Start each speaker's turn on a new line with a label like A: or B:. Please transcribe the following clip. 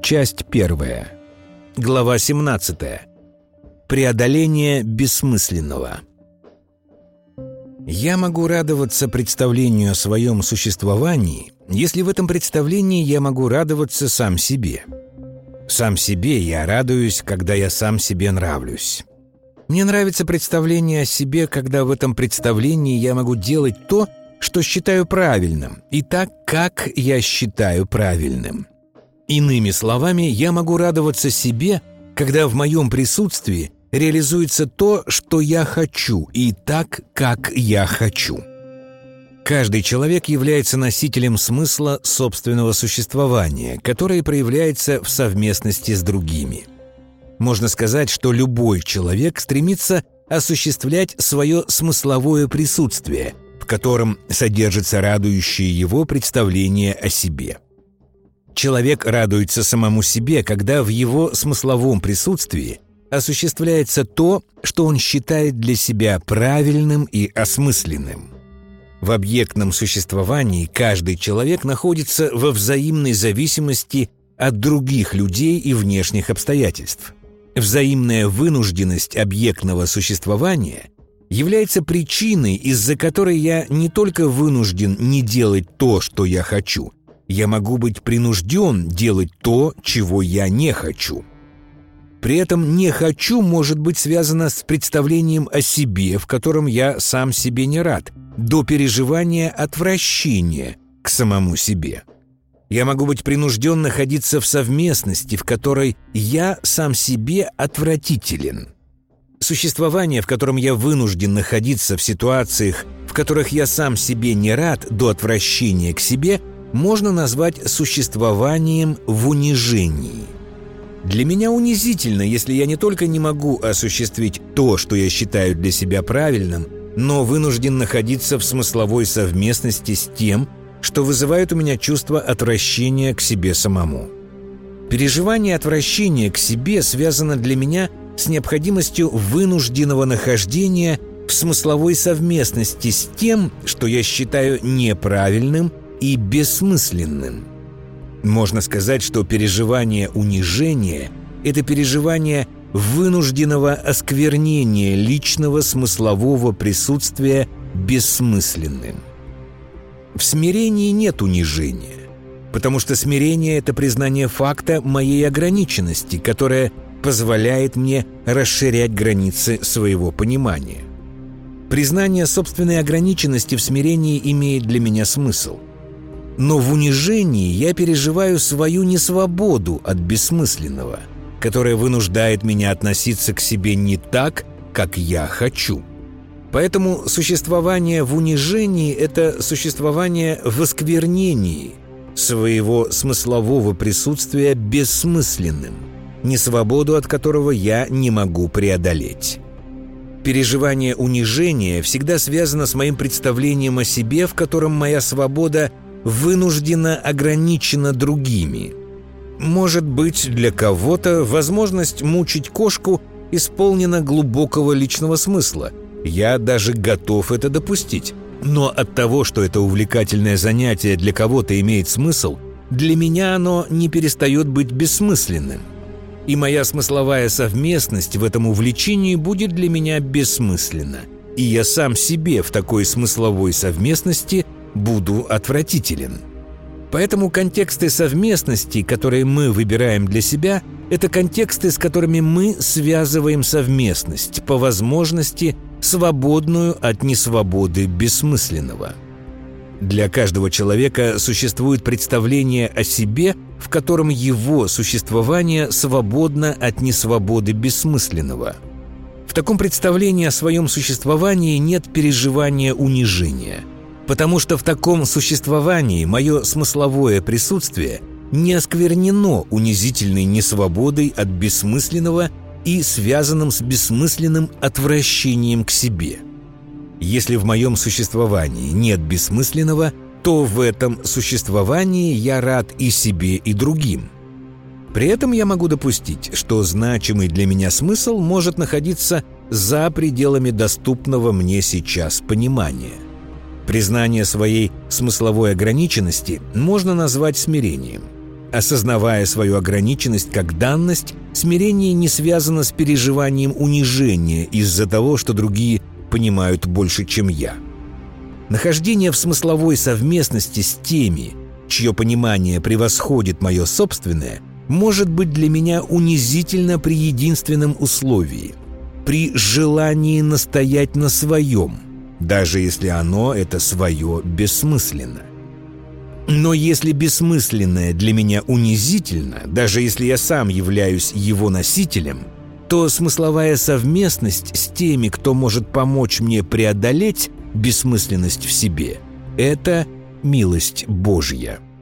A: Часть 1. Глава 17. Преодоление бессмысленного. Я могу радоваться представлению о своем существовании, если в этом представлении я могу радоваться сам себе. Сам себе я радуюсь, когда я сам себе нравлюсь. Мне нравится представление о себе, когда в этом представлении я могу делать то, что считаю правильным, и так, как я считаю правильным. Иными словами, я могу радоваться себе, когда в моем присутствии реализуется то, что я хочу, и так, как я хочу. Каждый человек является носителем смысла собственного существования, которое проявляется в совместности с другими. Можно сказать, что любой человек стремится осуществлять свое смысловое присутствие, в котором содержится радующее его представление о себе. Человек радуется самому себе, когда в его смысловом присутствии осуществляется то, что он считает для себя правильным и осмысленным. В объектном существовании каждый человек находится во взаимной зависимости от других людей и внешних обстоятельств. Взаимная вынужденность объектного существования является причиной, из-за которой я не только вынужден не делать то, что я хочу, я могу быть принужден делать то, чего я не хочу. При этом «не хочу» может быть связано с представлением о себе, в котором я сам себе не рад, до переживания отвращения к самому себе. Я могу быть принужден находиться в совместности, в которой я сам себе отвратителен. Существование, в котором я вынужден находиться в ситуациях, в которых я сам себе не рад, до отвращения к себе, можно назвать существованием в унижении. Для меня унизительно, если я не только не могу осуществить то, что я считаю для себя правильным, но вынужден находиться в смысловой совместности с тем, что вызывает у меня чувство отвращения к себе самому. Переживание отвращения к себе связано для меня с необходимостью вынужденного нахождения в смысловой совместности с тем, что я считаю неправильным и бессмысленным. Можно сказать, что переживание унижения – это переживание вынужденного осквернения личного смыслового присутствия бессмысленным. В смирении нет унижения, потому что смирение – это признание факта моей ограниченности, которое позволяет мне расширять границы своего понимания. Признание собственной ограниченности в смирении имеет для меня смысл. Но в унижении я переживаю свою несвободу от бессмысленного, которое вынуждает меня относиться к себе не так, как я хочу. Поэтому существование в унижении – это существование в осквернении своего смыслового присутствия бессмысленным, несвободу от которого я не могу преодолеть. Переживание унижения всегда связано с моим представлением о себе, в котором моя свобода вынуждена ограничена другими. Может быть, для кого-то возможность мучить кошку исполнена глубокого личного смысла. Я даже готов это допустить. Но от того, что это увлекательное занятие для кого-то имеет смысл, для меня оно не перестает быть бессмысленным. И моя смысловая совместность в этом увлечении будет для меня бессмысленна. И я сам себе в такой смысловой совместности буду отвратителен. Поэтому контексты совместности, которые мы выбираем для себя, это контексты, с которыми мы связываем совместность, по возможности свободную от несвободы бессмысленного. Для каждого человека существует представление о себе, в котором его существование свободно от несвободы бессмысленного. В таком представлении о своем существовании нет переживания унижения, потому что в таком существовании мое смысловое присутствие не осквернено унизительной несвободой от бессмысленного и связанным с бессмысленным отвращением к себе. Если в моем существовании нет бессмысленного, то в этом существовании я рад и себе, и другим. При этом я могу допустить, что значимый для меня смысл может находиться за пределами доступного мне сейчас понимания. Признание своей смысловой ограниченности можно назвать смирением. Осознавая свою ограниченность как данность, смирение не связано с переживанием унижения из-за того, что другие понимают больше, чем я. Нахождение в смысловой совместности с теми, чье понимание превосходит мое собственное, может быть для меня унизительно при единственном условии – при желании настоять на своем, даже если оно, это свое, бессмысленно. Но если бессмысленное для меня унизительно, даже если я сам являюсь его носителем, то смысловая совместность с теми, кто может помочь мне преодолеть бессмысленность в себе – это милость Божья.